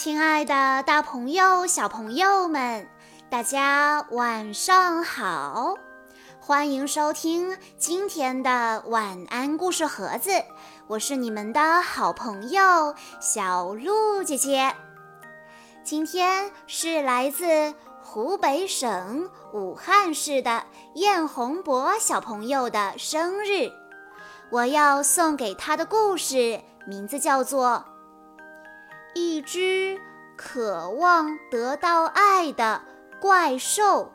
亲爱的大朋友、小朋友们，大家晚上好！欢迎收听今天的晚安故事盒子，我是你们的好朋友小鹿姐姐。今天是来自湖北省武汉市的燕红博小朋友的生日，我要送给他的故事名字叫做一只渴望得到爱的怪兽。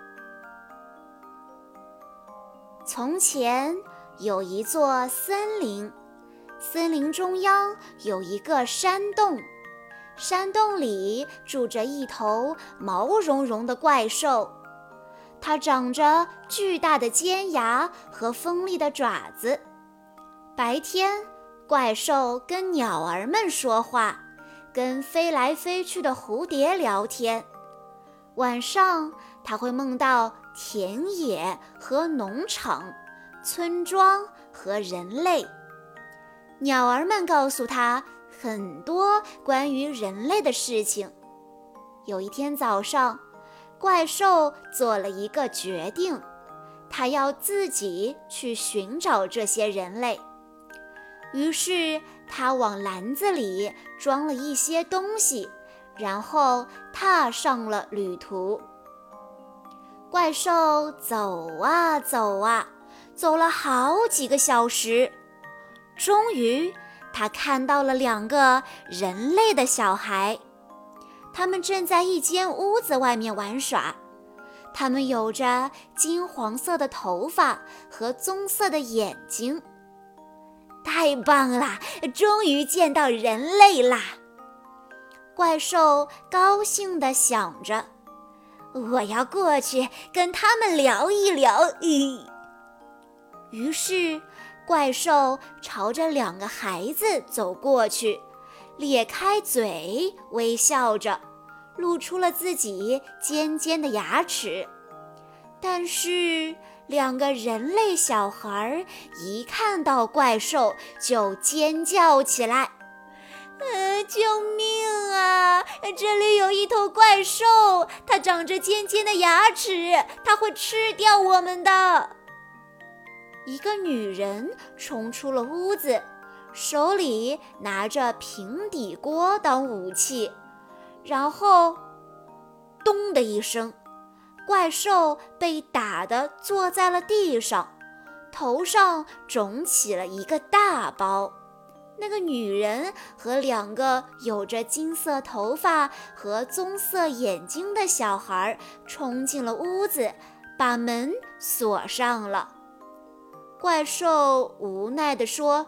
从前有一座森林，森林中央有一个山洞，山洞里住着一头毛茸茸的怪兽，它长着巨大的尖牙和锋利的爪子。白天，怪兽跟鸟儿们说话，跟飞来飞去的蝴蝶聊天。晚上，它会梦到田野和农场、村庄和人类。鸟儿们告诉它很多关于人类的事情。有一天早上，怪兽做了一个决定，它要自己去寻找这些人类。于是他往篮子里装了一些东西，然后踏上了旅途。怪兽走啊走啊，走了好几个小时，终于他看到了两个人类的小孩，他们正在一间屋子外面玩耍。他们有着金黄色的头发和棕色的眼睛。太棒啦！终于见到人类啦！怪兽高兴地想着，我要过去跟他们聊一聊。于是，怪兽朝着两个孩子走过去，咧开嘴微笑着，露出了自己尖尖的牙齿。但是两个人类小孩一看到怪兽就尖叫起来，救命啊！这里有一头怪兽，它长着尖尖的牙齿，它会吃掉我们的。一个女人冲出了屋子，手里拿着平底锅当武器，然后咚的一声，怪兽被打得坐在了地上，头上肿起了一个大包。那个女人和两个有着金色头发和棕色眼睛的小孩冲进了屋子，把门锁上了。怪兽无奈地说，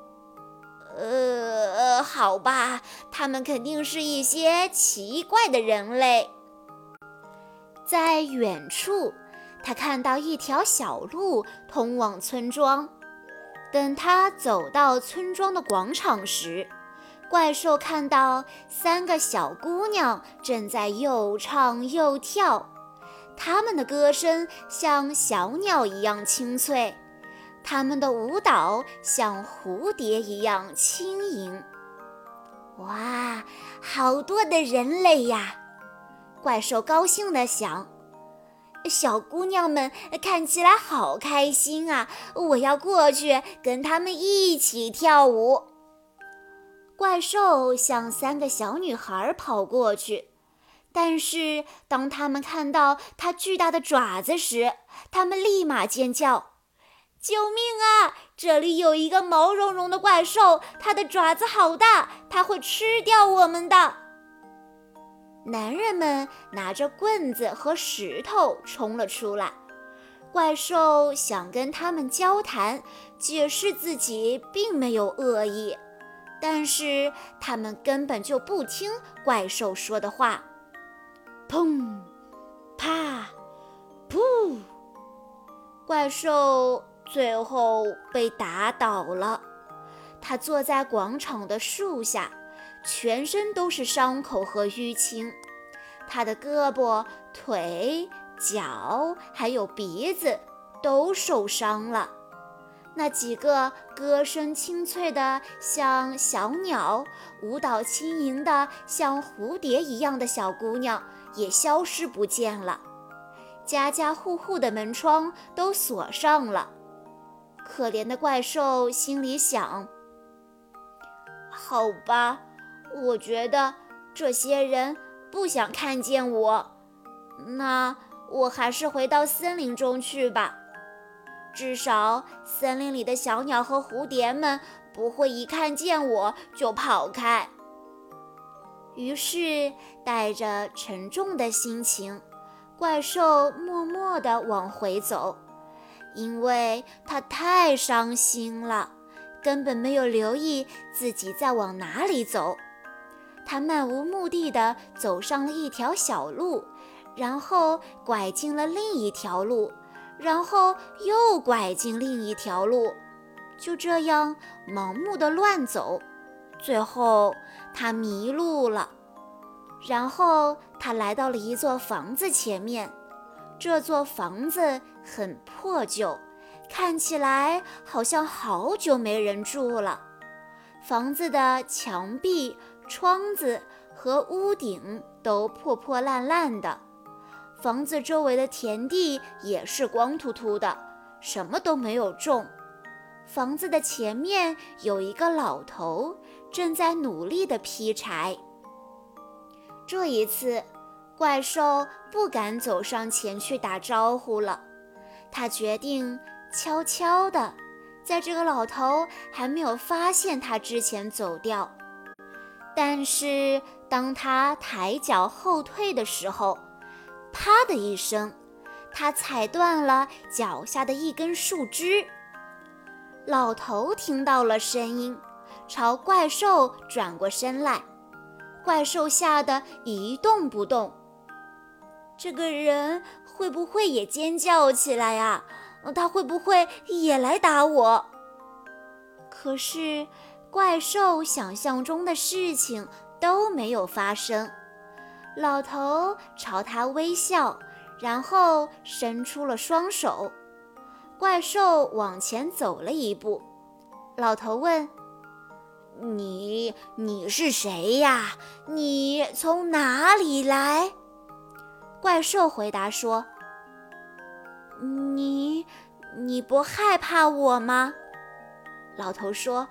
好吧，他们肯定是一些奇怪的人类。在远处，他看到一条小路通往村庄。等他走到村庄的广场时，怪兽看到三个小姑娘正在又唱又跳，她们的歌声像小鸟一样清脆，她们的舞蹈像蝴蝶一样轻盈。哇，好多的人类呀！怪兽高兴地想，小姑娘们看起来好开心啊，我要过去跟她们一起跳舞。怪兽向三个小女孩跑过去，但是当她们看到它巨大的爪子时，她们立马尖叫，救命啊！这里有一个毛茸茸的怪兽，它的爪子好大，它会吃掉我们的。男人们拿着棍子和石头冲了出来，怪兽想跟他们交谈，解释自己并没有恶意，但是他们根本就不听怪兽说的话。砰，啪，噗，怪兽最后被打倒了。他坐在广场的树下，全身都是伤口和淤青，他的胳膊、腿、脚还有鼻子都受伤了。 那几个歌声清脆的像小鸟，舞蹈轻盈的像蝴蝶一样的小姑娘也消失不见了。家家户户的门窗都锁上了。可怜的怪兽心里想：好吧，我觉得这些人不想看见我，那我还是回到森林中去吧。至少森林里的小鸟和蝴蝶们不会一看见我就跑开。于是带着沉重的心情，怪兽默默地往回走，因为他太伤心了，根本没有留意自己在往哪里走。他漫无目的地走上了一条小路，然后拐进了另一条路，然后又拐进另一条路，就这样盲目地乱走。最后他迷路了。然后他来到了一座房子前面，这座房子很破旧，看起来好像好久没人住了。房子的墙壁、窗子和屋顶都破破烂烂的，房子周围的田地也是光秃秃的，什么都没有种。房子的前面有一个老头，正在努力地劈柴。这一次，怪兽不敢走上前去打招呼了，他决定悄悄地，在这个老头还没有发现他之前走掉。但是当他抬脚后退的时候，啪的一声，他踩断了脚下的一根树枝。老头听到了声音，朝怪兽转过身来。怪兽吓得一动不动。这个人会不会也尖叫起来啊？他会不会也来打我？可是怪兽想象中的事情都没有发生。老头朝他微笑，然后伸出了双手。怪兽往前走了一步。老头问：你是谁呀？你从哪里来？怪兽回答说：你不害怕我吗？老头说：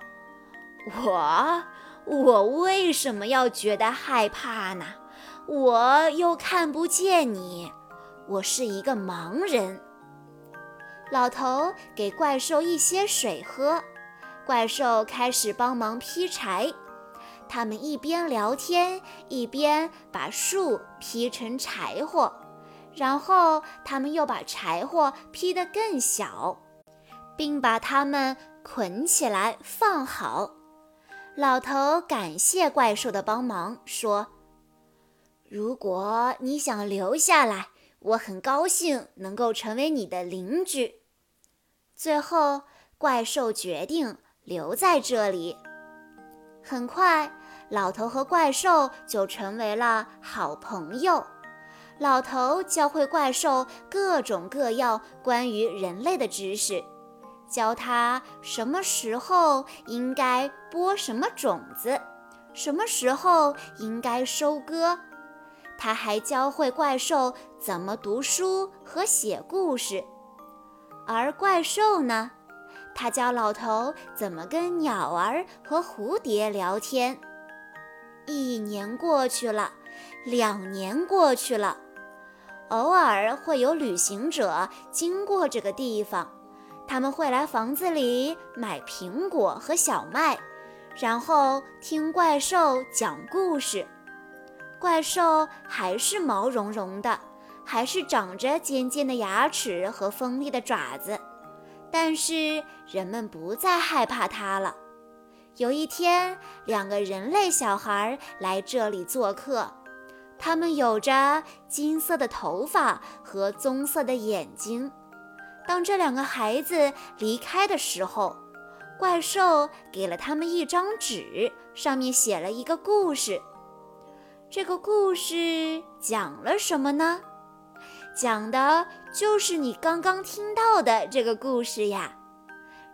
我为什么要觉得害怕呢？我又看不见你，我是一个盲人。老头给怪兽一些水喝，怪兽开始帮忙劈柴。他们一边聊天，一边把树劈成柴火，然后他们又把柴火劈得更小，并把它们捆起来放好。老头感谢怪兽的帮忙，说：如果你想留下来，我很高兴能够成为你的邻居。最后，怪兽决定留在这里。很快，老头和怪兽就成为了好朋友。老头教会怪兽各种各样关于人类的知识，教他什么时候应该播什么种子，什么时候应该收割。他还教会怪兽怎么读书和写故事。而怪兽呢，他教老头怎么跟鸟儿和蝴蝶聊天。1年过去了，2年过去了，偶尔会有旅行者经过这个地方，他们会来房子里买苹果和小麦，然后听怪兽讲故事。怪兽还是毛茸茸的，还是长着尖尖的牙齿和锋利的爪子，但是人们不再害怕它了。有一天，2个人类小孩来这里做客，他们有着金色的头发和棕色的眼睛。当这2个孩子离开的时候，怪兽给了他们一张纸，上面写了一个故事。这个故事讲了什么呢？讲的就是你刚刚听到的这个故事呀。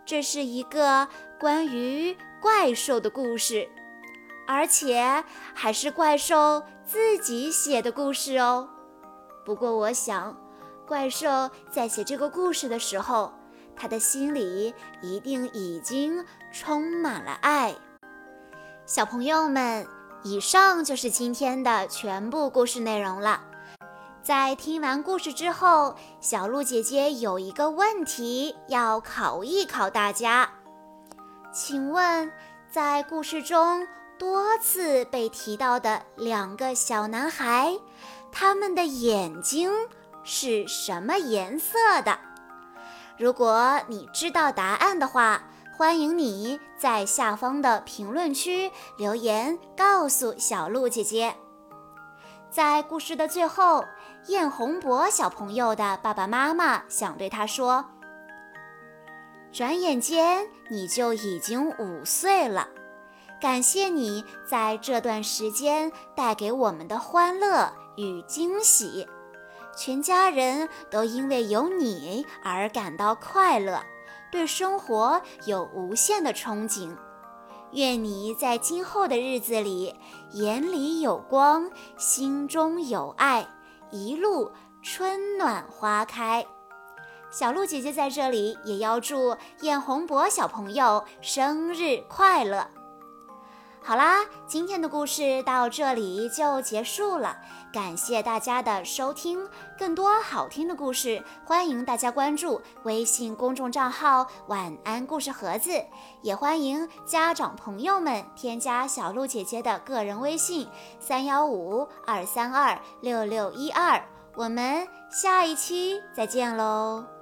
这是一个关于怪兽的故事，而且还是怪兽自己写的故事哦。不过我想，怪兽在写这个故事的时候，他的心里一定已经充满了爱。小朋友们，以上就是今天的全部故事内容了。在听完故事之后，小鹿姐姐有一个问题要考一考大家。请问，在故事中多次被提到的两个小男孩，他们的眼睛是什么颜色的？如果你知道答案的话，欢迎你在下方的评论区留言告诉小鹿姐姐。在故事的最后，燕红博小朋友的爸爸妈妈想对他说：转眼间你就已经5岁了，感谢你在这段时间带给我们的欢乐与惊喜，全家人都因为有你而感到快乐，对生活有无限的憧憬。愿你在今后的日子里，眼里有光，心中有爱，一路春暖花开。小鹿姐姐在这里也要祝燕红博小朋友生日快乐。好啦，今天的故事到这里就结束了，感谢大家的收听。更多好听的故事，欢迎大家关注微信公众账号晚安故事盒子，也欢迎家长朋友们添加小鹿姐姐的个人微信315-232-6612。我们下一期再见喽。